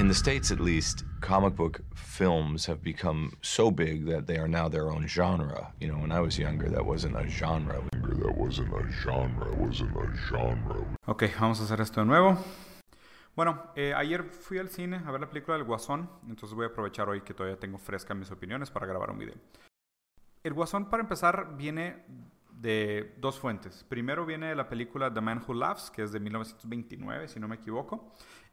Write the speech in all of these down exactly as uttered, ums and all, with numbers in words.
in the States at least, comic book films have become so big that they are now their own genre. You know, when I was younger, that wasn't a genre. That wasn't a genre, wasn't a genre. Ok, vamos a hacer esto de nuevo. Bueno, eh, ayer fui al cine a ver la película del Guasón, entonces voy a aprovechar hoy que todavía tengo frescas mis opiniones para grabar un video. El Guasón, para empezar, viene de dos fuentes. Primero viene de la película The Man Who Laughs, que es de mil novecientos veintinueve, si no me equivoco.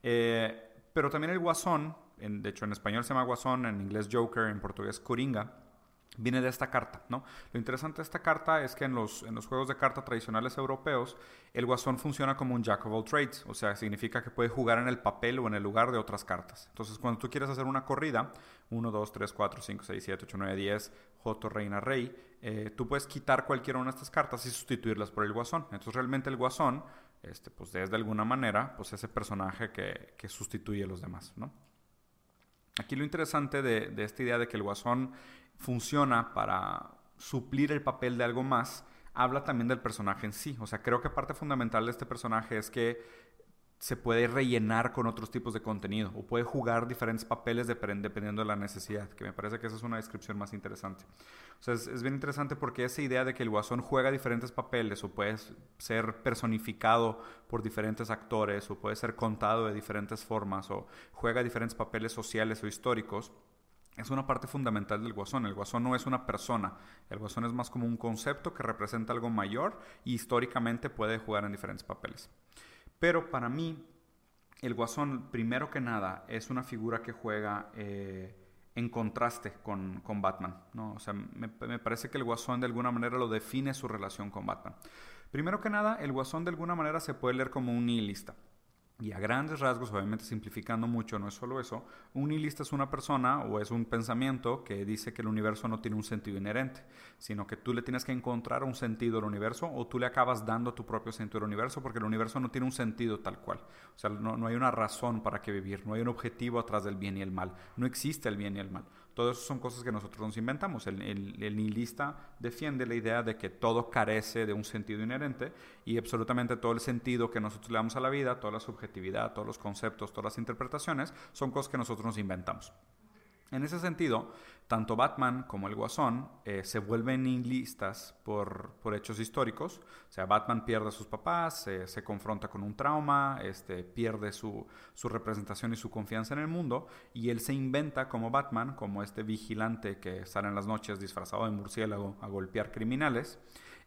Eh, pero también el Guasón, en, de hecho en español se llama Guasón, en inglés Joker, en portugués Coringa, viene de esta carta, ¿no? Lo interesante de esta carta es que en los, en los juegos de carta tradicionales europeos, el Guasón funciona como un Jack of all trades, o sea, significa que puede jugar en el papel o en el lugar de otras cartas. Entonces, cuando tú quieres hacer una corrida, uno, dos, tres, cuatro, cinco, seis, siete, ocho, nueve, diez, Joto, Reina, Rey, eh, tú puedes quitar cualquiera una de estas cartas y sustituirlas por el Guasón. Entonces, realmente el Guasón, este, pues es de alguna manera, pues ese personaje que, que sustituye a los demás, ¿no? Aquí lo interesante de, de esta idea de que el Guasón funciona para suplir el papel de algo más, habla también del personaje en sí. O sea, creo que parte fundamental de este personaje es que se puede rellenar con otros tipos de contenido o puede jugar diferentes papeles dependiendo de la necesidad, que me parece que esa es una descripción más interesante. O sea, es, es bien interesante porque esa idea de que el Guasón juega diferentes papeles o puede ser personificado por diferentes actores o puede ser contado de diferentes formas o juega diferentes papeles sociales o históricos, es una parte fundamental del Guasón. El Guasón no es una persona. El Guasón es más como un concepto que representa algo mayor y históricamente puede jugar en diferentes papeles. Pero para mí, el Guasón, primero que nada, es una figura que juega eh, en contraste con, con Batman, ¿no? O sea, me, me parece que el Guasón de alguna manera lo define su relación con Batman. Primero que nada, el Guasón de alguna manera se puede leer como un nihilista. Y a grandes rasgos, obviamente simplificando mucho, no es solo eso, un nihilista es una persona o es un pensamiento que dice que el universo no tiene un sentido inherente, sino que tú le tienes que encontrar un sentido al universo o tú le acabas dando tu propio sentido al universo porque el universo no tiene un sentido tal cual. O sea, no, no hay una razón para que vivir, no hay un objetivo atrás del bien y el mal, no existe el bien y el mal. Todo eso son cosas que nosotros nos inventamos. El, el, el nihilista defiende la idea de que todo carece de un sentido inherente y absolutamente todo el sentido que nosotros le damos a la vida, toda la subjetividad, todos los conceptos, todas las interpretaciones, son cosas que nosotros nos inventamos. En ese sentido, tanto Batman como el Guasón eh, se vuelven nihilistas por, por hechos históricos. O sea, Batman pierde a sus papás, eh, se confronta con un trauma, este, pierde su, su representación y su confianza en el mundo, y él se inventa como Batman, como este vigilante que sale en las noches disfrazado de murciélago a golpear criminales.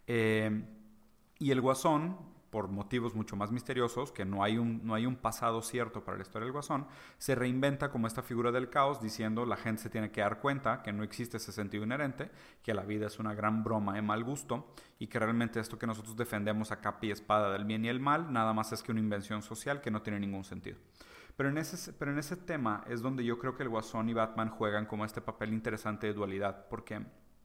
Eh, y el Guasón, por motivos mucho más misteriosos, que no hay, un, no hay un pasado cierto para la historia del Guasón, se reinventa como esta figura del caos, diciendo la gente se tiene que dar cuenta que no existe ese sentido inherente, que la vida es una gran broma de mal gusto y que realmente esto que nosotros defendemos a capa y espada del bien y el mal, nada más es que una invención social que no tiene ningún sentido. Pero en, ese, pero en ese tema es donde yo creo que el Guasón y Batman juegan como este papel interesante de dualidad, porque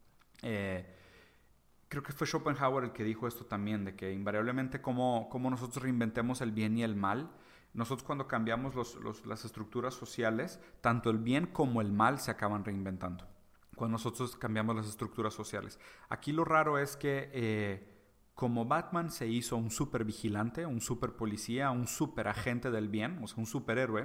Eh, creo que fue Schopenhauer el que dijo esto también, de que invariablemente como, como nosotros reinventemos el bien y el mal, nosotros cuando cambiamos los, los, las estructuras sociales, tanto el bien como el mal se acaban reinventando, cuando nosotros cambiamos las estructuras sociales. Aquí lo raro es que eh, como Batman se hizo un super vigilante, un super policía, un super agente del bien, o sea, un superhéroe,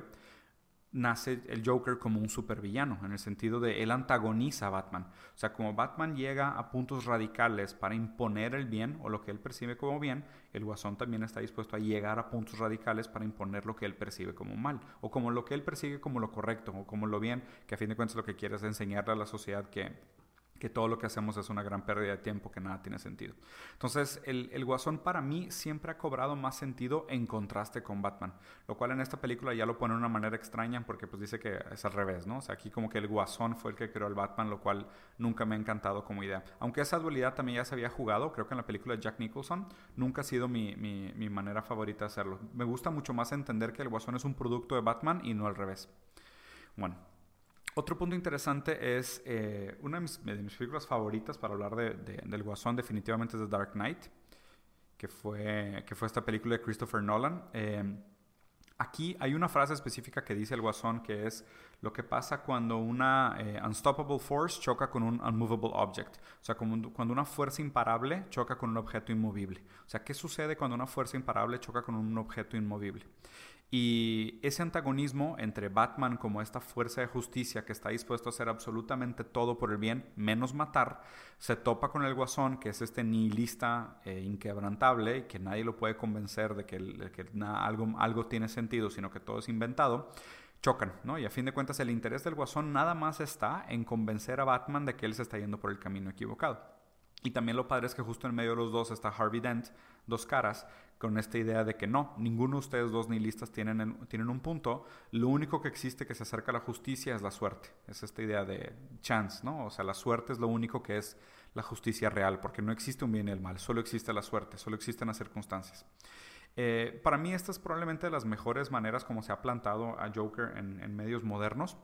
nace el Joker como un supervillano, en el sentido de él antagoniza a Batman. O sea, como Batman llega a puntos radicales para imponer el bien o lo que él percibe como bien, el Guasón también está dispuesto a llegar a puntos radicales para imponer lo que él percibe como mal, o como lo que él percibe como lo correcto, o como lo bien, que a fin de cuentas lo que quiere es enseñarle a la sociedad que que todo lo que hacemos es una gran pérdida de tiempo, que nada tiene sentido. Entonces, el, el Guasón para mí siempre ha cobrado más sentido en contraste con Batman, lo cual en esta película ya lo pone de una manera extraña porque pues dice que es al revés, ¿no? O sea, aquí como que el Guasón fue el que creó al Batman, lo cual nunca me ha encantado como idea. Aunque esa dualidad también ya se había jugado, creo que en la película de Jack Nicholson, nunca ha sido mi, mi, mi manera favorita de hacerlo. Me gusta mucho más entender que el Guasón es un producto de Batman y no al revés. Bueno, otro punto interesante es eh, una de mis, de mis películas favoritas para hablar de, de, del Guasón, definitivamente es The Dark Knight, que fue, que fue esta película de Christopher Nolan. Eh, aquí hay una frase específica que dice el Guasón, que es lo que pasa cuando una eh, unstoppable force choca con un unmovable object. O sea, como, cuando una fuerza imparable choca con un objeto inmovible. O sea, ¿qué sucede cuando una fuerza imparable choca con un objeto inmovible? Y ese antagonismo entre Batman como esta fuerza de justicia que está dispuesto a hacer absolutamente todo por el bien, menos matar, se topa con el Guasón, que es este nihilista eh, inquebrantable y que nadie lo puede convencer de que, el, de que nada, algo, algo tiene sentido, sino que todo es inventado. Chocan, ¿no? Y a fin de cuentas el interés del Guasón nada más está en convencer a Batman de que él se está yendo por el camino equivocado. Y también lo padre es que justo en medio de los dos está Harvey Dent, dos caras, con esta idea de que no, ninguno de ustedes dos nihilistas tienen, tienen un punto, lo único que existe que se acerca a la justicia es la suerte, es esta idea de chance, ¿no? O sea, la suerte es lo único que es la justicia real, porque no existe un bien y el mal, solo existe la suerte, solo existen las circunstancias. Eh, para mí esta es probablemente de las mejores maneras como se ha plantado a Joker en, en medios modernos,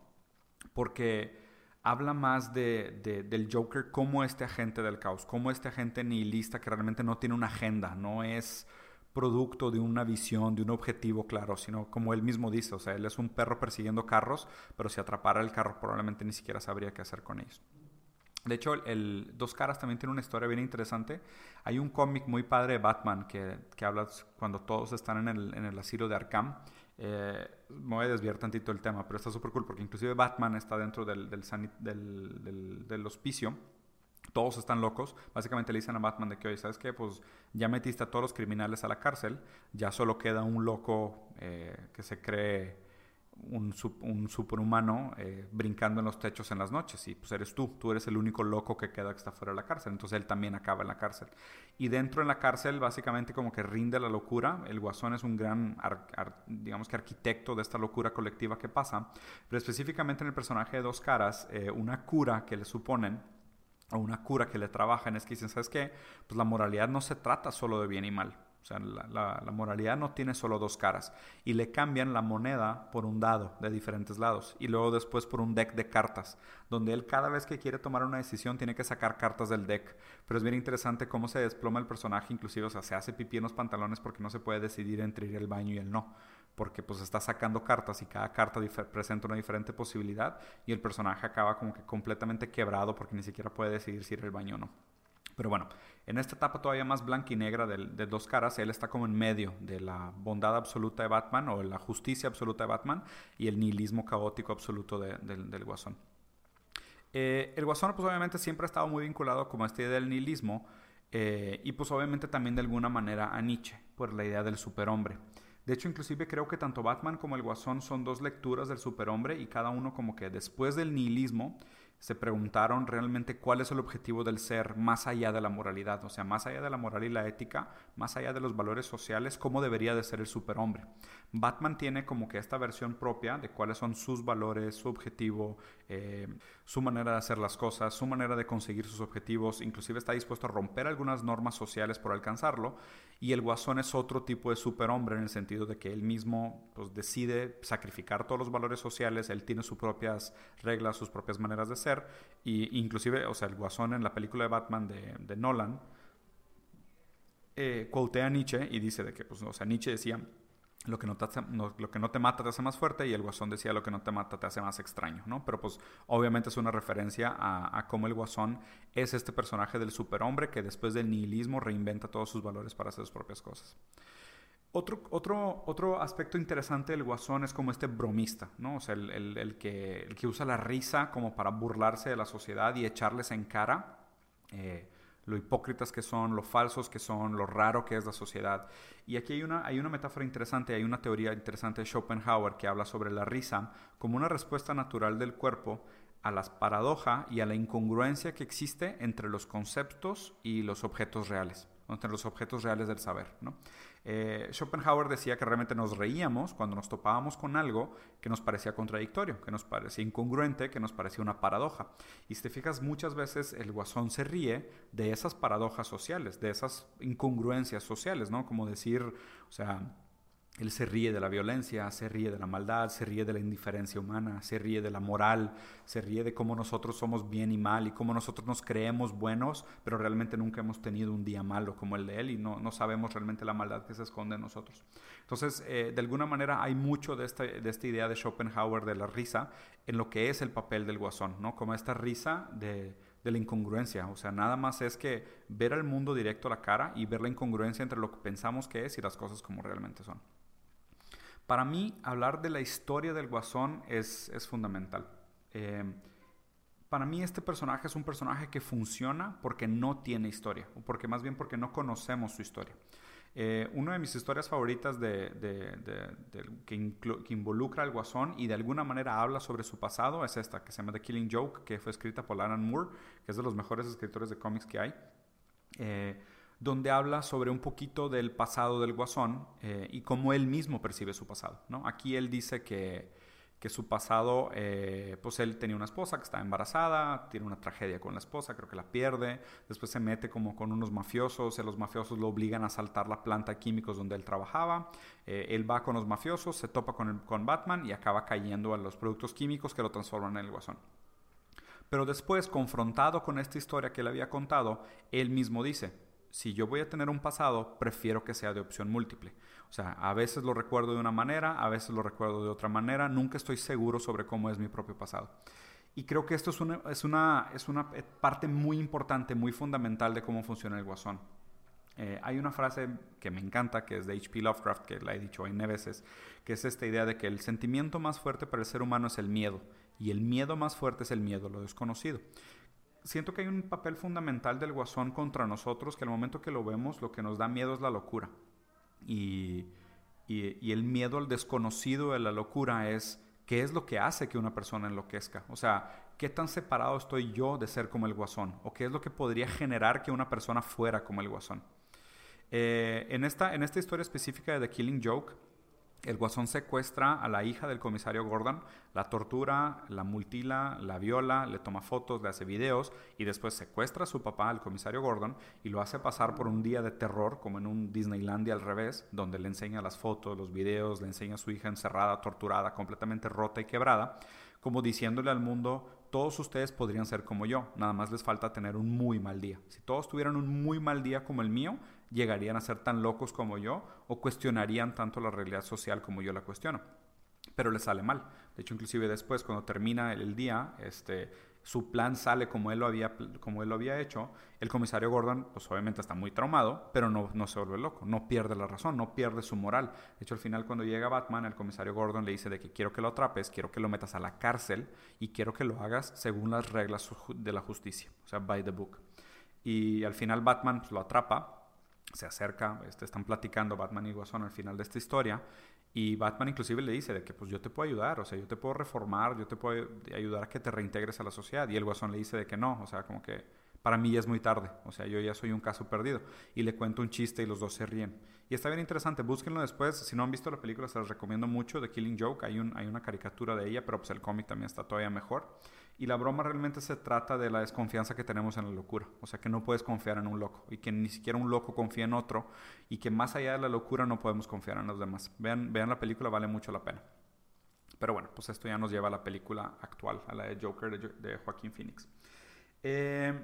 porque habla más de, de, del Joker como este agente del caos, como este agente nihilista que realmente no tiene una agenda, no es producto de una visión, de un objetivo claro, sino como él mismo dice, o sea, él es un perro persiguiendo carros, pero si atrapara el carro probablemente ni siquiera sabría qué hacer con ellos. De hecho, el, el Dos Caras también tiene una historia bien interesante. Hay un cómic muy padre de Batman que, que habla cuando todos están en el, en el asilo de Arkham. Eh, me voy a desviar tantito el tema, pero está súper cool porque inclusive Batman está dentro del, del, del, del, del hospicio. Todos están locos. Básicamente le dicen a Batman de que, oye, ¿sabes qué? Pues ya metiste a todos los criminales a la cárcel. Ya solo queda un loco eh, que se cree un, un superhumano eh, brincando en los techos en las noches. Y pues eres tú. Tú eres el único loco que queda que está fuera de la cárcel. Entonces él también acaba en la cárcel. Y dentro en la cárcel básicamente como que rinde la locura. El Guasón es un gran, ar, ar, digamos que arquitecto de esta locura colectiva que pasa. Pero específicamente en el personaje de Dos Caras, eh, una cura que le suponen o una cura que le trabajan es que dicen, ¿sabes qué? Pues la moralidad no se trata solo de bien y mal. O sea, la, la, la moralidad no tiene solo dos caras. Y le cambian la moneda por un dado de diferentes lados. Y luego después por un deck de cartas. Donde él cada vez que quiere tomar una decisión tiene que sacar cartas del deck. Pero es bien interesante cómo se desploma el personaje. Inclusive, o sea, se hace pipí en los pantalones porque no se puede decidir entre ir al baño y el no. Porque pues está sacando cartas y cada carta presenta una diferente posibilidad. Y el personaje acaba como que completamente quebrado porque ni siquiera puede decidir si ir al baño o no. Pero bueno, en esta etapa todavía más blanca y negra de, de Dos Caras, él está como en medio de la bondad absoluta de Batman o la justicia absoluta de Batman y el nihilismo caótico absoluto de, de, del Guasón. Eh, el Guasón pues obviamente siempre ha estado muy vinculado como a esta idea del nihilismo eh, y pues obviamente también de alguna manera a Nietzsche por la idea del superhombre. De hecho, inclusive creo que tanto Batman como el Guasón son dos lecturas del superhombre y cada uno como que después del nihilismo se preguntaron realmente cuál es el objetivo del ser más allá de la moralidad, o sea, más allá de la moral y la ética, más allá de los valores sociales, cómo debería de ser el superhombre. Batman tiene como que esta versión propia de cuáles son sus valores, su objetivo, eh, su manera de hacer las cosas, su manera de conseguir sus objetivos, inclusive está dispuesto a romper algunas normas sociales por alcanzarlo, y el Guasón es otro tipo de superhombre en el sentido de que él mismo pues, decide sacrificar todos los valores sociales, él tiene sus propias reglas, sus propias maneras de ser, y inclusive, o sea, el Guasón en la película de Batman de, de Nolan eh, quotea a Nietzsche y dice de que, pues, o sea, Nietzsche decía lo que, no te hace, no, lo que no te mata te hace más fuerte y el Guasón decía lo que no te mata te hace más extraño, ¿no? Pero pues obviamente es una referencia a, a cómo el Guasón es este personaje del superhombre que después del nihilismo reinventa todos sus valores para hacer sus propias cosas. Otro, otro, otro aspecto interesante del Guasón es como este bromista, ¿no? O sea, el, el, el, que, el que usa la risa como para burlarse de la sociedad y echarles en cara eh, lo hipócritas que son, lo falsos que son, lo raro que es la sociedad. Y aquí hay una, hay una metáfora interesante, hay una teoría interesante de Schopenhauer que habla sobre la risa como una respuesta natural del cuerpo a la paradoja y a la incongruencia que existe entre los conceptos y los objetos reales, entre los objetos reales del saber, ¿no? Eh, Schopenhauer decía que realmente nos reíamos cuando nos topábamos con algo que nos parecía contradictorio, que nos parecía incongruente, que nos parecía una paradoja. Y si te fijas, muchas veces el Guasón se ríe de esas paradojas sociales, de esas incongruencias sociales, ¿no? Como decir, o sea, él se ríe de la violencia, se ríe de la maldad, se ríe de la indiferencia humana, se ríe de la moral, se ríe de cómo nosotros somos bien y mal y cómo nosotros nos creemos buenos, pero realmente nunca hemos tenido un día malo como el de él y no, no sabemos realmente la maldad que se esconde en nosotros. Entonces, eh, de alguna manera hay mucho de esta, de esta idea de Schopenhauer de la risa en lo que es el papel del Guasón, ¿no? Como esta risa de... de la incongruencia, o sea, nada más es que ver al mundo directo a la cara y ver la incongruencia entre lo que pensamos que es y las cosas como realmente son. Para mí, hablar de la historia del Guasón es, es fundamental. Eh, para mí este personaje es un personaje que funciona porque no tiene historia, o porque más bien porque no conocemos su historia. Eh, una de mis historias favoritas de, de, de, de, que, inclu, que involucra al Guasón y de alguna manera habla sobre su pasado es esta, que se llama The Killing Joke, que fue escrita por Alan Moore, que es de los mejores escritores de cómics que hay, eh, donde habla sobre un poquito del pasado del Guasón eh, y cómo él mismo percibe su pasado, ¿no? Aquí él dice que que su pasado, eh, pues él tenía una esposa que estaba embarazada, tiene una tragedia con la esposa, creo que la pierde, después se mete como con unos mafiosos, y los mafiosos lo obligan a saltar la planta de químicos donde él trabajaba, eh, él va con los mafiosos, se topa con, el, con Batman y acaba cayendo a los productos químicos que lo transforman en el Guasón. Pero después, confrontado con esta historia que él había contado, él mismo dice, si yo voy a tener un pasado, prefiero que sea de opción múltiple. O sea, a veces lo recuerdo de una manera, a veces lo recuerdo de otra manera, nunca estoy seguro sobre cómo es mi propio pasado. Y creo que esto es una, es una, es una parte muy importante, muy fundamental de cómo funciona el Guasón. Eh, hay una frase que me encanta, que es de H P Lovecraft, que la he dicho N veces, que es esta idea de que el sentimiento más fuerte para el ser humano es el miedo, y el miedo más fuerte es el miedo a lo desconocido. Siento que hay un papel fundamental del Guasón contra nosotros, que al momento que lo vemos, lo que nos da miedo es la locura. Y, y, y el miedo al desconocido de la locura es qué es lo que hace que una persona enloquezca. O sea, qué tan separado estoy yo de ser como el Guasón, o qué es lo que podría generar que una persona fuera como el Guasón. Eh, en, esta, en esta historia específica de The Killing Joke, el Guasón secuestra a la hija del comisario Gordon, la tortura, la mutila, la viola, le toma fotos, le hace videos y después secuestra a su papá, el comisario Gordon, y lo hace pasar por un día de terror, como en un Disneylandia al revés, donde le enseña las fotos, los videos, le enseña a su hija encerrada, torturada, completamente rota y quebrada, como diciéndole al mundo, todos ustedes podrían ser como yo, nada más les falta tener un muy mal día. Si todos tuvieran un muy mal día como el mío, llegarían a ser tan locos como yo o cuestionarían tanto la realidad social como yo la cuestiono. Pero le sale mal. De hecho, inclusive después, cuando termina el día, este, su plan sale como él lo había, como él lo había hecho. El comisario Gordon, pues obviamente está muy traumado, pero no, no se vuelve loco, no pierde la razón, no pierde su moral. De hecho, al final, cuando llega Batman, el comisario Gordon le dice de que quiero que lo atrapes, quiero que lo metas a la cárcel y quiero que lo hagas según las reglas de la justicia, o sea, by the book. Y al final Batman pues, lo atrapa, se acerca, este, están platicando Batman y Guasón al final de esta historia y Batman inclusive le dice de que pues yo te puedo ayudar, o sea, yo te puedo reformar, yo te puedo ayudar a que te reintegres a la sociedad y el Guasón le dice de que no, o sea, como que para mí ya es muy tarde, o sea, yo ya soy un caso perdido y le cuento un chiste y los dos se ríen. Y está bien interesante, búsquenlo después, si no han visto la película se las recomiendo mucho, The Killing Joke, hay, un, hay una caricatura de ella, pero pues el cómic también está todavía mejor. Y la broma realmente se trata de la desconfianza que tenemos en la locura. O sea, que no puedes confiar en un loco. Y que ni siquiera un loco confía en otro. Y que más allá de la locura no podemos confiar en los demás. Vean, vean la película, vale mucho la pena. Pero bueno, pues esto ya nos lleva a la película actual, a la de Joker de, de Joaquin Phoenix. Eh...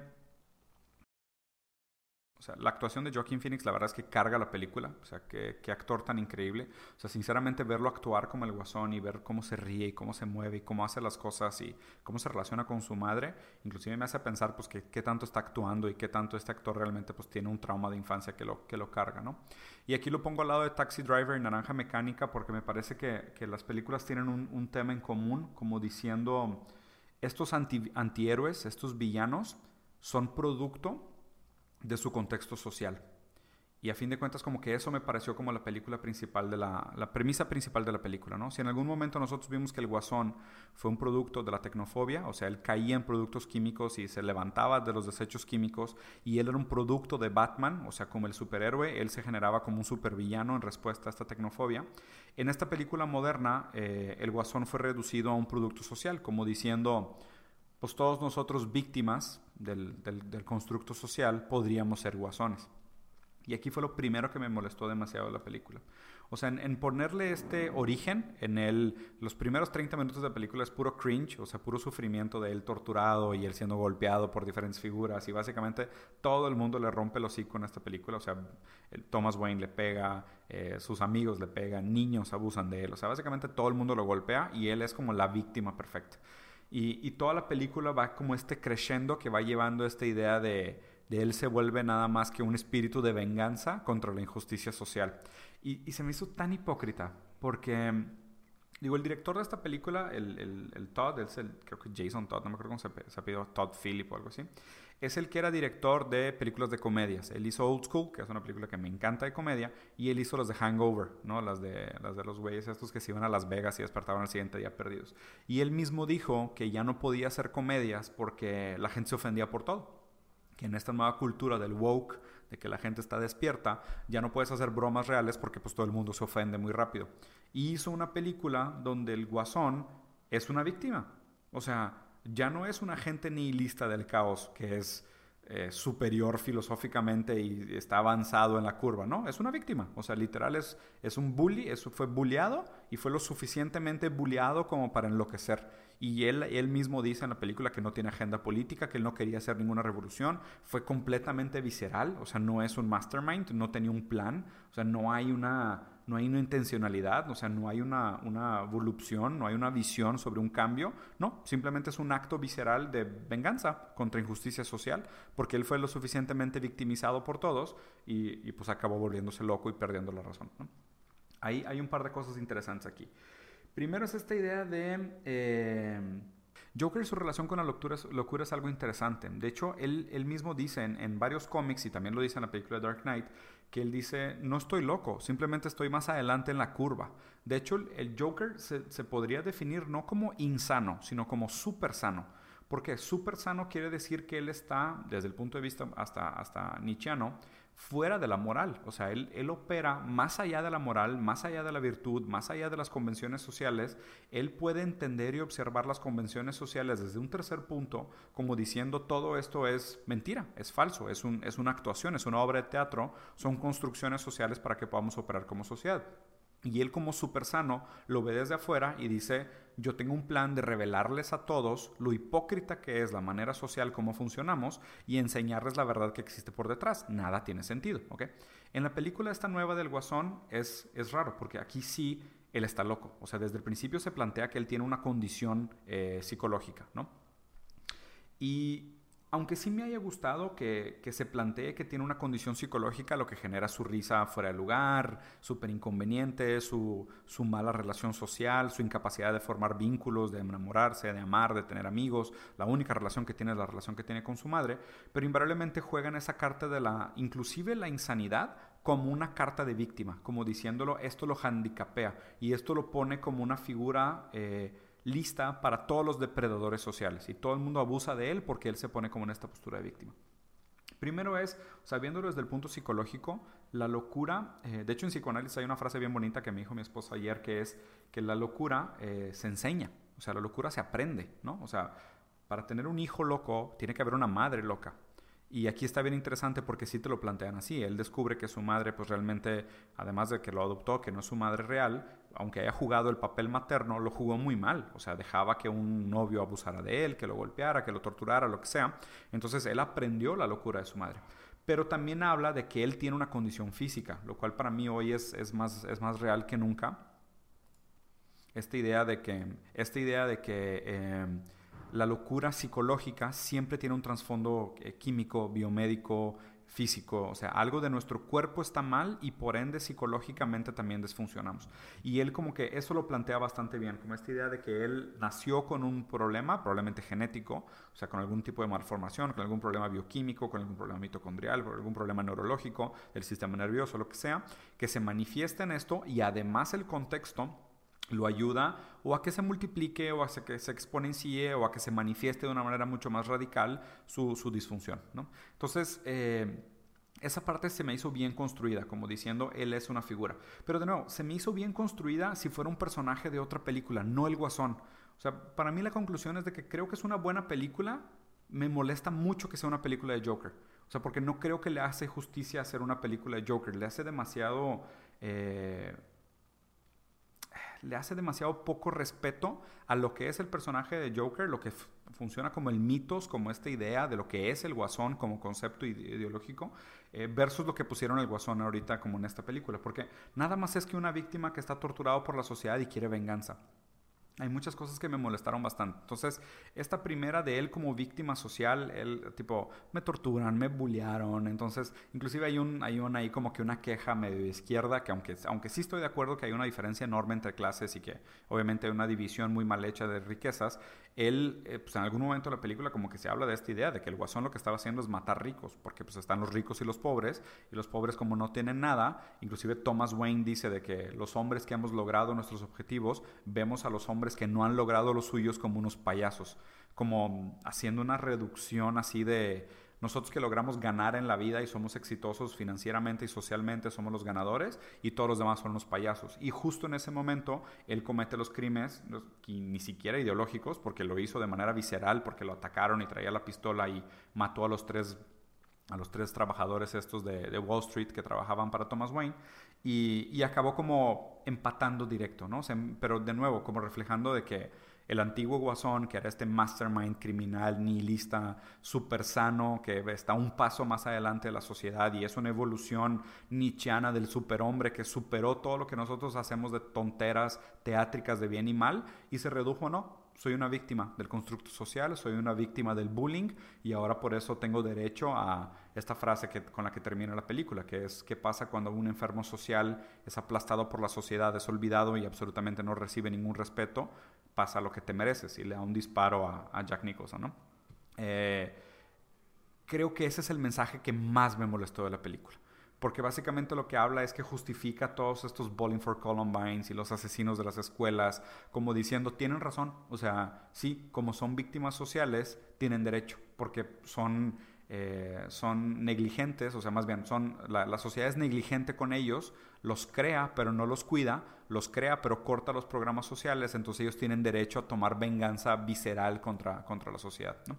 O sea, la actuación de Joaquin Phoenix, la verdad es que carga la película. O sea, qué, qué actor tan increíble. O sea, sinceramente, verlo actuar como el Guasón y ver cómo se ríe y cómo se mueve y cómo hace las cosas y cómo se relaciona con su madre, inclusive me hace pensar, pues, que qué tanto está actuando y qué tanto este actor realmente, pues, tiene un trauma de infancia que lo, que lo carga, ¿no? Y aquí lo pongo al lado de Taxi Driver y Naranja Mecánica porque me parece que, que las películas tienen un, un tema en común, como diciendo, estos anti, antihéroes, estos villanos, son producto de su contexto social. Y a fin de cuentas como que eso me pareció como la película principal de la, la premisa principal de la película, ¿no? Si en algún momento nosotros vimos que el Guasón fue un producto de la tecnofobia, o sea, él caía en productos químicos y se levantaba de los desechos químicos y él era un producto de Batman, o sea, como el superhéroe, él se generaba como un supervillano en respuesta a esta tecnofobia. En esta película moderna, eh, el Guasón fue reducido a un producto social, como diciendo, pues todos nosotros víctimas del, del, del constructo social podríamos ser guasones. Y aquí fue lo primero que me molestó demasiado de la película. O sea, en, en ponerle este origen, en el, los primeros treinta minutos de la película es puro cringe, o sea, puro sufrimiento de él torturado y él siendo golpeado por diferentes figuras. Y básicamente todo el mundo le rompe el hocico en esta película. O sea, el Thomas Wayne le pega, eh, sus amigos le pegan, niños abusan de él. O sea, básicamente todo el mundo lo golpea y él es como la víctima perfecta. Y, y toda la película va como este crescendo que va llevando esta idea de, de él se vuelve nada más que un espíritu de venganza contra la injusticia social. Y, y se me hizo tan hipócrita, porque, digo, el director de esta película, el, el, el Todd, es el, creo que Jason Todd, no me acuerdo cómo se, se apellidó, Todd Phillip o algo así, es el que era director de películas de comedias. Él hizo Old School, que es una película que me encanta de comedia, y él hizo las de Hangover, ¿no? Las de, las de los güeyes estos que se iban a Las Vegas y despertaban al siguiente día perdidos. Y él mismo dijo que ya no podía hacer comedias porque la gente se ofendía por todo. Que en esta nueva cultura del woke, de que la gente está despierta, ya no puedes hacer bromas reales porque pues todo el mundo se ofende muy rápido. Y hizo una película donde el Guasón es una víctima. O sea, ya no es un agente nihilista del caos que es eh, superior filosóficamente y está avanzado en la curva, ¿no? Es una víctima. O sea, literal es, es un bully, eso fue bulleado y fue lo suficientemente bulleado como para enloquecer. Y él, él mismo dice en la película que no tiene agenda política, que él no quería hacer ninguna revolución. Fue completamente visceral, o sea, no es un mastermind, no tenía un plan, o sea, no hay una, no hay una intencionalidad, o sea, no hay una, una volupción, no hay una visión sobre un cambio. No, simplemente es un acto visceral de venganza contra injusticia social, porque él fue lo suficientemente victimizado por todos y, y pues acabó volviéndose loco y perdiendo la razón, ¿no? Ahí hay un par de cosas interesantes aquí. Primero es esta idea de eh, Joker y su relación con la locura es, locura es algo interesante. De hecho, él, él mismo dice en, en varios cómics, y también lo dice en la película Dark Knight, que él dice, no estoy loco, simplemente estoy más adelante en la curva. De hecho, el, el Joker se, se podría definir no como insano, sino como súper sano. Porque súper sano quiere decir que él está, desde el punto de vista hasta, hasta nietzscheano, fuera de la moral. O sea, él, él opera más allá de la moral, más allá de la virtud, más allá de las convenciones sociales. Él puede entender y observar las convenciones sociales desde un tercer punto, como diciendo todo esto es mentira, es falso, es, un, es una actuación, es una obra de teatro, son construcciones sociales para que podamos operar como sociedad. Y él como súper sano lo ve desde afuera y dice, yo tengo un plan de revelarles a todos lo hipócrita que es la manera social como funcionamos y enseñarles la verdad que existe por detrás. Nada tiene sentido, ¿ok? En la película esta nueva del Guasón es, es raro porque aquí sí él está loco. O sea, desde el principio se plantea que él tiene una condición eh, psicológica, ¿no? Y aunque sí me haya gustado que, que se plantee que tiene una condición psicológica, lo que genera su risa fuera de lugar, súper inconveniente, su, su mala relación social, su incapacidad de formar vínculos, de enamorarse, de amar, de tener amigos, la única relación que tiene es la relación que tiene con su madre, pero invariablemente juegan esa carta de la, inclusive la insanidad, como una carta de víctima, como diciéndolo, esto lo handicapea y esto lo pone como una figura Eh, lista para todos los depredadores sociales y todo el mundo abusa de él porque él se pone como en esta postura de víctima. Primero es, o sea, viéndolo desde el punto psicológico, la locura, eh, de hecho en psicoanálisis hay una frase bien bonita que me dijo mi esposa ayer, que es que la locura eh, se enseña, o sea, la locura se aprende, ¿no? O sea, para tener un hijo loco tiene que haber una madre loca. Y aquí está bien interesante porque sí te lo plantean así. Él descubre que su madre, pues realmente, además de que lo adoptó, que no es su madre real, aunque haya jugado el papel materno, lo jugó muy mal. O sea, dejaba que un novio abusara de él, que lo golpeara, que lo torturara, lo que sea. Entonces, él aprendió la locura de su madre. Pero también habla de que él tiene una condición física, lo cual para mí hoy es, es, más, es más real que nunca. Esta idea de que... Esta idea de que eh, la locura psicológica siempre tiene un trasfondo eh, químico, biomédico, físico, o sea, algo de nuestro cuerpo está mal y por ende psicológicamente también desfuncionamos. Y él como que eso lo plantea bastante bien, como esta idea de que él nació con un problema, probablemente genético, o sea, con algún tipo de malformación, con algún problema bioquímico, con algún problema mitocondrial, con algún problema neurológico, del sistema nervioso, lo que sea, que se manifiesta en esto y además el contexto lo ayuda o a que se multiplique o a que se exponencie o a que se manifieste de una manera mucho más radical su, su disfunción, ¿no? Entonces, eh, esa parte se me hizo bien construida, como diciendo, él es una figura. Pero de nuevo, se me hizo bien construida si fuera un personaje de otra película, no el Guasón. O sea, para mí la conclusión es de que creo que es una buena película. Me molesta mucho que sea una película de Joker. O sea, porque no creo que le hace justicia hacer una película de Joker. Le hace demasiado... Eh, le hace demasiado poco respeto a lo que es el personaje de Joker, lo que f- funciona como el mitos, como esta idea de lo que es el Guasón como concepto ide- ideológico, eh, versus lo que pusieron el Guasón ahorita como en esta película, porque nada más es que una víctima que está torturado por la sociedad y quiere venganza. hay muchas cosas que me molestaron bastante. Entonces, esta primera de él como víctima social, él tipo, me torturan, me bullearon. Entonces, inclusive hay un, hay un ahí como que una queja medio izquierda, que aunque, aunque sí estoy de acuerdo que hay una diferencia enorme entre clases y que obviamente hay una división muy mal hecha de riquezas, él, eh, pues en algún momento de la película como que se habla de esta idea de que el Guasón lo que estaba haciendo es matar ricos, porque pues están los ricos y los pobres, y los pobres como no tienen nada, inclusive Thomas Wayne dice de que los hombres que hemos logrado nuestros objetivos, vemos a los hombres que no han logrado los suyos como unos payasos, como haciendo una reducción así de nosotros que logramos ganar en la vida y somos exitosos financieramente y socialmente, somos los ganadores y todos los demás son los payasos. Y justo en ese momento él comete los crímenes, ni siquiera ideológicos, porque lo hizo de manera visceral, porque lo atacaron y traía la pistola y mató a los tres, a los tres trabajadores estos de, de Wall Street que trabajaban para Thomas Wayne. Y, y acabó como empatando directo, ¿no? O sea, pero de nuevo, como reflejando de que el antiguo Guasón, que era este mastermind criminal, nihilista, súper sano, que está un paso más adelante de la sociedad y es una evolución nietzscheana del superhombre que superó todo lo que nosotros hacemos de tonteras teátricas de bien y mal y se redujo, no, soy una víctima del constructo social, soy una víctima del bullying y ahora por eso tengo derecho a esta frase que, con la que termina la película, que es ¿qué pasa cuando un enfermo social es aplastado por la sociedad, es olvidado y absolutamente no recibe ningún respeto? Pasa lo que te mereces y le da un disparo a, a Jack Nicholson, ¿no? Eh, creo que ese es el mensaje que más me molestó de la película. Porque básicamente lo que habla es que justifica todos estos Bowling for Columbines y los asesinos de las escuelas, como diciendo, tienen razón, o sea, sí, como son víctimas sociales, tienen derecho, porque son, eh, son negligentes, o sea, más bien, son, la, la sociedad es negligente con ellos, los crea, pero no los cuida, los crea, pero corta los programas sociales, entonces ellos tienen derecho a tomar venganza visceral contra, contra la sociedad, ¿no?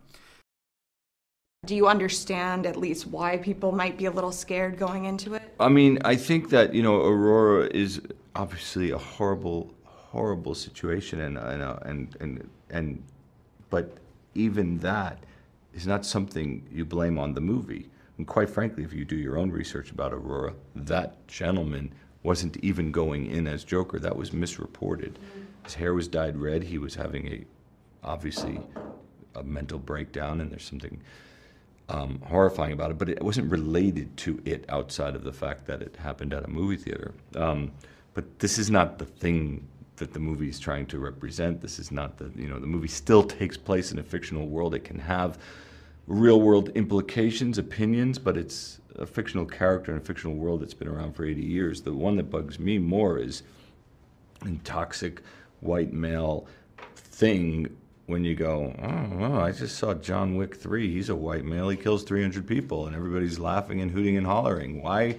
Do you understand at least why people might be a little scared going into it? I mean, I think that, you know, Aurora is obviously a horrible, horrible situation, and and uh, and and and, but even that is not something you blame on the movie. And quite frankly, if you do your own research about Aurora, that gentleman wasn't even going in as Joker. That was misreported. Mm-hmm. His hair was dyed red. He was having a, obviously, a mental breakdown, and there's something Um, horrifying about it, but it wasn't related to it outside of the fact that it happened at a movie theater. Um, but this is not the thing that the movie is trying to represent. This is not the, you know, the movie still takes place in a fictional world. It can have real world implications, opinions, but it's a fictional character in a fictional world that's been around for eighty years. The one that bugs me more is a toxic white male thing when you go, oh, well, I just saw John Wick three. He's a white male. He kills three hundred people, and everybody's laughing and hooting and hollering. Why?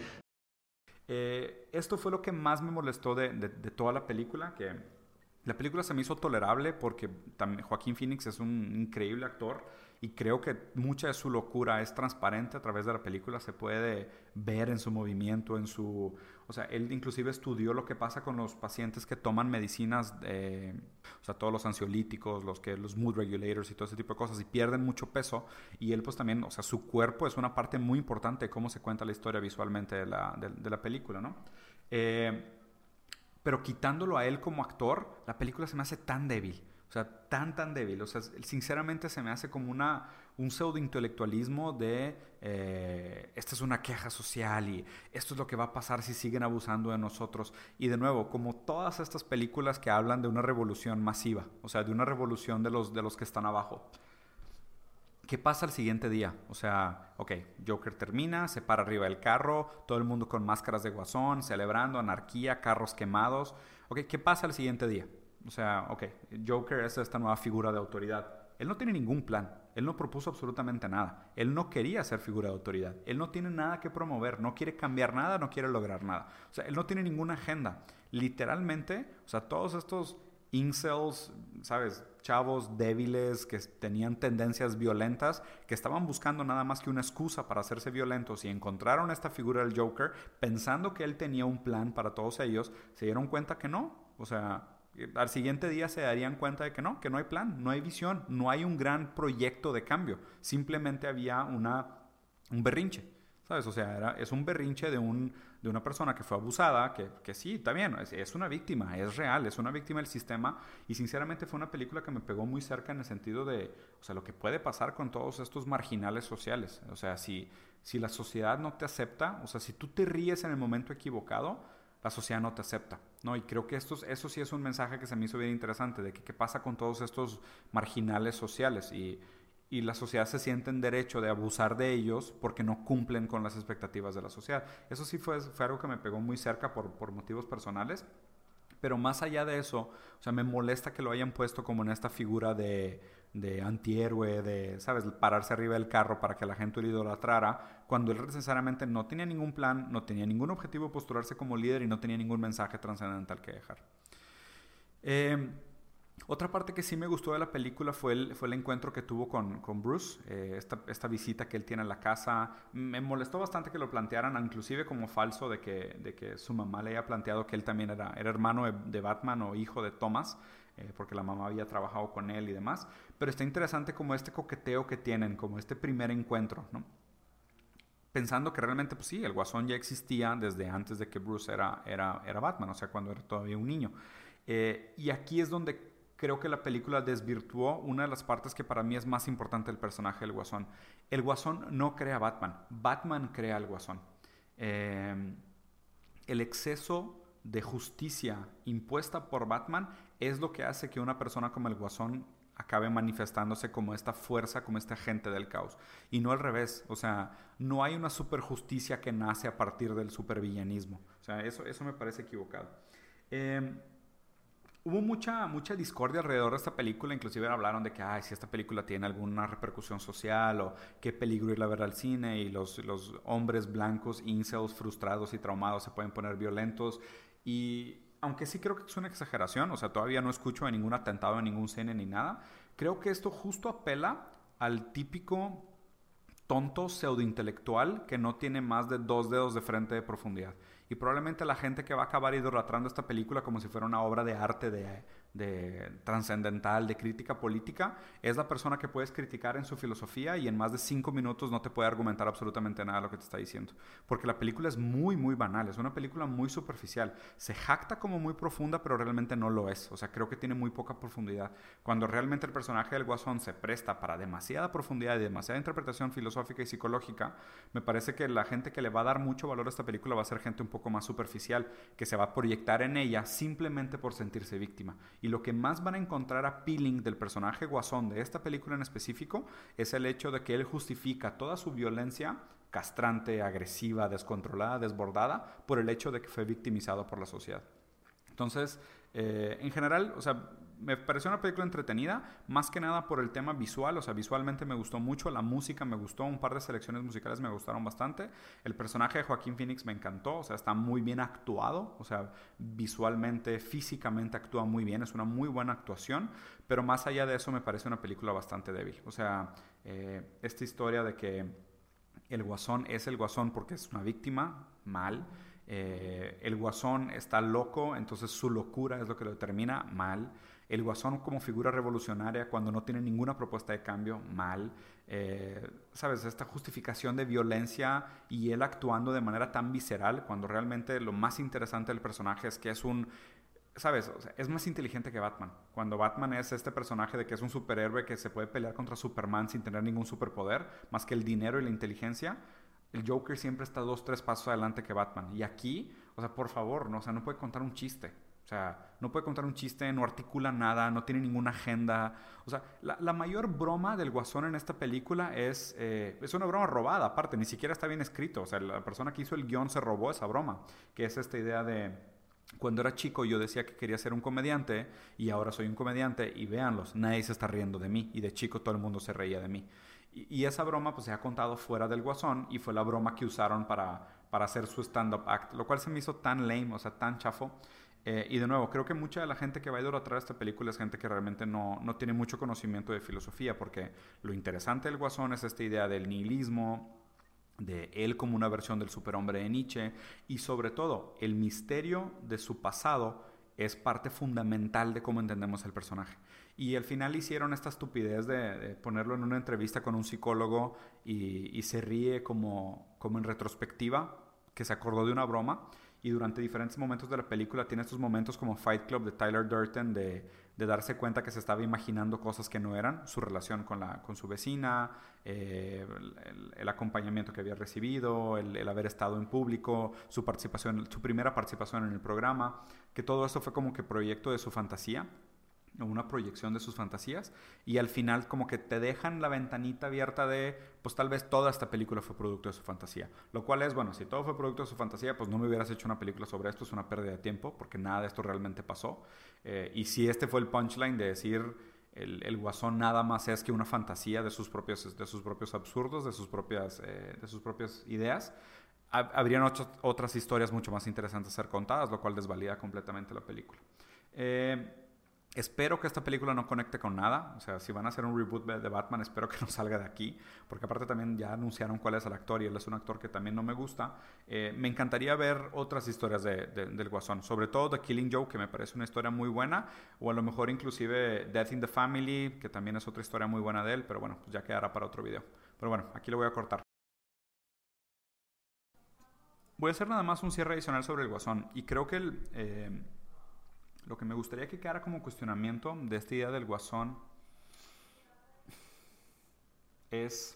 Eh, esto fue lo que más me molestó de, de, de toda la película, que la película se me hizo tolerable porque también Joaquín Phoenix es un increíble actor y creo que mucha de su locura es transparente a través de la película, se puede ver en su movimiento, en su... O sea, él inclusive estudió lo que pasa con los pacientes que toman medicinas, eh, o sea, todos los ansiolíticos, los, que, los mood regulators y todo ese tipo de cosas, y pierden mucho peso, y él pues también, o sea, su cuerpo es una parte muy importante de cómo se cuenta la historia visualmente de la, de, de la película, ¿no? Eh, pero quitándolo a él como actor, la película se me hace tan débil. O sea, tan, tan débil. O sea, sinceramente se me hace como una, un pseudo-intelectualismo de eh, esta es una queja social y esto es lo que va a pasar si siguen abusando de nosotros. Y de nuevo, como todas estas películas que hablan de una revolución masiva, o sea, de una revolución de los, de los que están abajo. ¿Qué pasa al siguiente día? O sea, ok, Joker termina, se para arriba del carro, todo el mundo con máscaras de guasón, celebrando, anarquía, carros quemados. Ok, ¿qué pasa al siguiente día? O sea, ok, Joker es esta nueva figura de autoridad. Él no tiene ningún plan. Él no propuso absolutamente nada. Él no quería ser figura de autoridad. Él no tiene nada que promover. No quiere cambiar nada, no quiere lograr nada. O sea, él no tiene ninguna agenda. Literalmente, o sea, todos estos incels, ¿sabes? Chavos débiles que tenían tendencias violentas, que estaban buscando nada más que una excusa para hacerse violentos y encontraron esta figura del Joker pensando que él tenía un plan para todos ellos, se dieron cuenta que no. O sea... al siguiente día se darían cuenta de que no, que no hay plan, no hay visión, no hay un gran proyecto de cambio. Simplemente había una, un berrinche. ¿Sabes? O sea, era, es un berrinche de, un, de una persona que fue abusada, que, que sí, está bien, es, es una víctima, es real, es una víctima del sistema. Y sinceramente fue una película que me pegó muy cerca en el sentido de, o sea, lo que puede pasar con todos estos marginales sociales. O sea, si, si la sociedad no te acepta, o sea, si tú te ríes en el momento equivocado, la sociedad no te acepta, ¿no? Y creo que estos, eso sí es un mensaje que se me hizo bien interesante, de que qué pasa con todos estos marginales sociales y, y la sociedad se siente en derecho de abusar de ellos porque no cumplen con las expectativas de la sociedad. Eso sí fue, fue algo que me pegó muy cerca por, por motivos personales. Pero más allá de eso, o sea, me molesta que lo hayan puesto como en esta figura de, de antihéroe, de, ¿sabes?, pararse arriba del carro para que la gente lo idolatrara, cuando él necesariamente no tenía ningún plan, no tenía ningún objetivo de postularse como líder y no tenía ningún mensaje trascendental que dejar. Eh, Otra parte que sí me gustó de la película fue el, fue el encuentro que tuvo con, con Bruce, eh, esta, esta visita que él tiene a la casa. Me molestó bastante que lo plantearan, inclusive como falso, de que, de que su mamá le haya planteado que él también era, era hermano de, de Batman o hijo de Thomas, eh, porque la mamá había trabajado con él y demás. Pero está interesante como este coqueteo que tienen, como este primer encuentro, ¿no? Pensando que realmente, pues sí, el Guasón ya existía desde antes de que Bruce era, era, era Batman, o sea, cuando era todavía un niño. Eh, y aquí es donde creo que la película desvirtuó una de las partes que para mí es más importante del personaje del Guasón. El Guasón no crea a Batman, Batman crea al Guasón. Eh, el exceso de justicia impuesta por Batman es lo que hace que una persona como el Guasón acabe manifestándose como esta fuerza, como este agente del caos. Y no al revés, o sea, no hay una superjusticia que nace a partir del supervillanismo. O sea, eso, eso me parece equivocado. Eh, Hubo mucha, mucha discordia alrededor de esta película, inclusive hablaron de que ay, si esta película tiene alguna repercusión social o qué peligro irla a ver al cine y los, los hombres blancos, incels, frustrados y traumados se pueden poner violentos. Y aunque sí creo que es una exageración, o sea, todavía no escucho de ningún atentado en ningún cine ni nada, creo que esto justo apela al típico tonto pseudointelectual que no tiene más de dos dedos de frente de profundidad. Y probablemente la gente que va a acabar idolatrando esta película como si fuera una obra de arte de, de trascendental, de crítica política, es la persona que puedes criticar en su filosofía y en más de cinco minutos no te puede argumentar absolutamente nada de lo que te está diciendo. Porque la película es muy, muy banal, es una película muy superficial. Se jacta como muy profunda, pero realmente no lo es. O sea, creo que tiene muy poca profundidad. Cuando realmente el personaje del Guasón se presta para demasiada profundidad y demasiada interpretación filosófica y psicológica, me parece que la gente que le va a dar mucho valor a esta película va a ser gente un poco más superficial, que se va a proyectar en ella simplemente por sentirse víctima. Y lo que más van a encontrar appealing del personaje Guasón de esta película en específico es el hecho de que él justifica toda su violencia castrante, agresiva, descontrolada, desbordada, por el hecho de que fue victimizado por la sociedad. Entonces, eh, en general, o sea, me pareció una película entretenida, más que nada por el tema visual, o sea, visualmente me gustó mucho, la música me gustó, un par de selecciones musicales me gustaron bastante, el personaje de Joaquín Phoenix me encantó, o sea, está muy bien actuado, o sea, visualmente, físicamente actúa muy bien, es una muy buena actuación, pero más allá de eso me parece una película bastante débil, o sea, eh, esta historia de que el Guasón es el Guasón porque es una víctima, mal. Eh, el Guasón está loco, entonces su locura es lo que lo determina, mal. El Guasón como figura revolucionaria cuando no tiene ninguna propuesta de cambio, mal. Eh, ¿Sabes? Esta justificación de violencia y él actuando de manera tan visceral cuando realmente lo más interesante del personaje es que es un... ¿Sabes? O sea, es más inteligente que Batman. Cuando Batman es este personaje de que es un superhéroe que se puede pelear contra Superman sin tener ningún superpoder, más que el dinero y la inteligencia, el Joker siempre está dos, tres pasos adelante que Batman. Y aquí, o sea, por favor, ¿no? O sea, no puede contar un chiste. O sea, no puede contar un chiste, no articula nada, no tiene ninguna agenda. O sea, la, la mayor broma del Guasón en esta película es, eh, es una broma robada, aparte, ni siquiera está bien escrito. O sea, la persona que hizo el guión se robó esa broma, que es esta idea de... Cuando era chico yo decía que quería ser un comediante y ahora soy un comediante y véanlos, nadie se está riendo de mí y de chico todo el mundo se reía de mí. Y, y esa broma pues se ha contado fuera del Guasón y fue la broma que usaron para, para hacer su stand-up act, lo cual se me hizo tan lame, o sea, tan chafo. Eh, y de nuevo, creo que mucha de la gente que va a idolatrar esta película es gente que realmente no, no tiene mucho conocimiento de filosofía, porque lo interesante del Guasón es esta idea del nihilismo, de él como una versión del superhombre de Nietzsche y sobre todo el misterio de su pasado es parte fundamental de cómo entendemos el personaje. Y al final hicieron esta estupidez de, de ponerlo en una entrevista con un psicólogo y, y se ríe como, como en retrospectiva, que se acordó de una broma. Y durante diferentes momentos de la película tiene estos momentos como Fight Club de Tyler Durden de, de darse cuenta que se estaba imaginando cosas que no eran, su relación con, la, con su vecina, eh, el, el acompañamiento que había recibido, el, el haber estado en público, su participación, su primera participación en el programa, que todo eso fue como que proyecto de su fantasía, una proyección de sus fantasías, y al final como que te dejan la ventanita abierta de, pues tal vez toda esta película fue producto de su fantasía, lo cual es, bueno, si todo fue producto de su fantasía, pues no me hubieras hecho una película sobre esto, es una pérdida de tiempo, porque nada de esto realmente pasó, eh, y si este fue el punchline de decir, el, el Guasón nada más es que una fantasía de sus propios, de sus propios absurdos, de sus propias, eh, de sus propias ideas, habrían ocho, otras historias mucho más interesantes a ser contadas, lo cual desvalida completamente la película. Eh, Espero que esta película no conecte con nada. O sea, si van a hacer un reboot de Batman, espero que no salga de aquí. Porque aparte también ya anunciaron cuál es el actor y él es un actor que también no me gusta. Eh, me encantaría ver otras historias de, de, del Guasón. Sobre todo The Killing Joke, que me parece una historia muy buena. O a lo mejor inclusive Death in the Family, que también es otra historia muy buena de él. Pero bueno, pues ya quedará para otro video. Pero bueno, aquí lo voy a cortar. Voy a hacer nada más un cierre adicional sobre el Guasón. Y creo que el... Eh, Lo que me gustaría que quedara como cuestionamiento de esta idea del Guasón es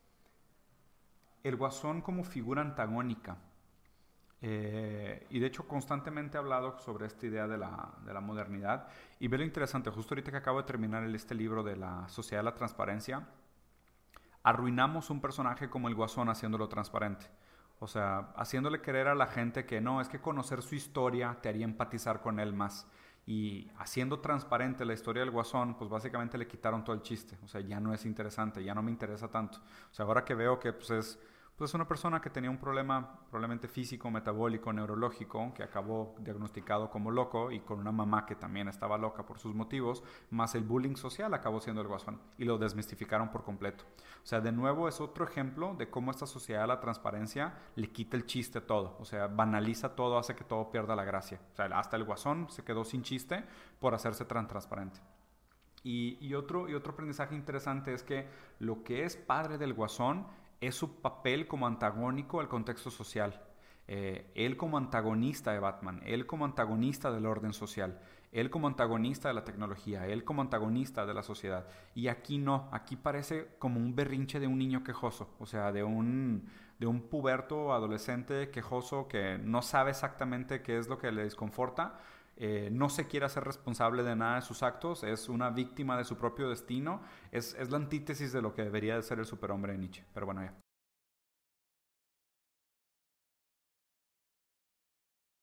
el Guasón como figura antagónica. Eh, y de hecho constantemente he hablado sobre esta idea de la, de la modernidad. Y ve lo interesante, justo ahorita que acabo de terminar este libro de la Sociedad de la Transparencia, arruinamos un personaje como el Guasón haciéndolo transparente. O sea, haciéndole creer a la gente que no, es que conocer su historia te haría empatizar con él más. Y haciendo transparente la historia del Guasón, pues básicamente le quitaron todo el chiste. O sea, ya no es interesante, ya no me interesa tanto. O sea, ahora que veo que pues es, pues es una persona que tenía un problema probablemente físico, metabólico, neurológico, que acabó diagnosticado como loco y con una mamá que también estaba loca por sus motivos, más el bullying social acabó siendo el Guasón y lo desmistificaron por completo. O sea, de nuevo es otro ejemplo de cómo esta sociedad de la transparencia le quita el chiste a todo. O sea, banaliza todo, hace que todo pierda la gracia. O sea, hasta el Guasón se quedó sin chiste por hacerse tan transparente. Y, y, otro, y otro aprendizaje interesante es que lo que es padre del Guasón es su papel como antagónico al contexto social. Eh, él como antagonista de Batman, él como antagonista del orden social, él como antagonista de la tecnología, él como antagonista de la sociedad. Y aquí no, aquí parece como un berrinche de un niño quejoso, o sea, de un, de un puberto adolescente quejoso que no sabe exactamente qué es lo que le desconforta, eh, no se quiere hacer responsable de nada de sus actos, es una víctima de su propio destino, es, es la antítesis de lo que debería de ser el superhombre de Nietzsche. Pero bueno, ya.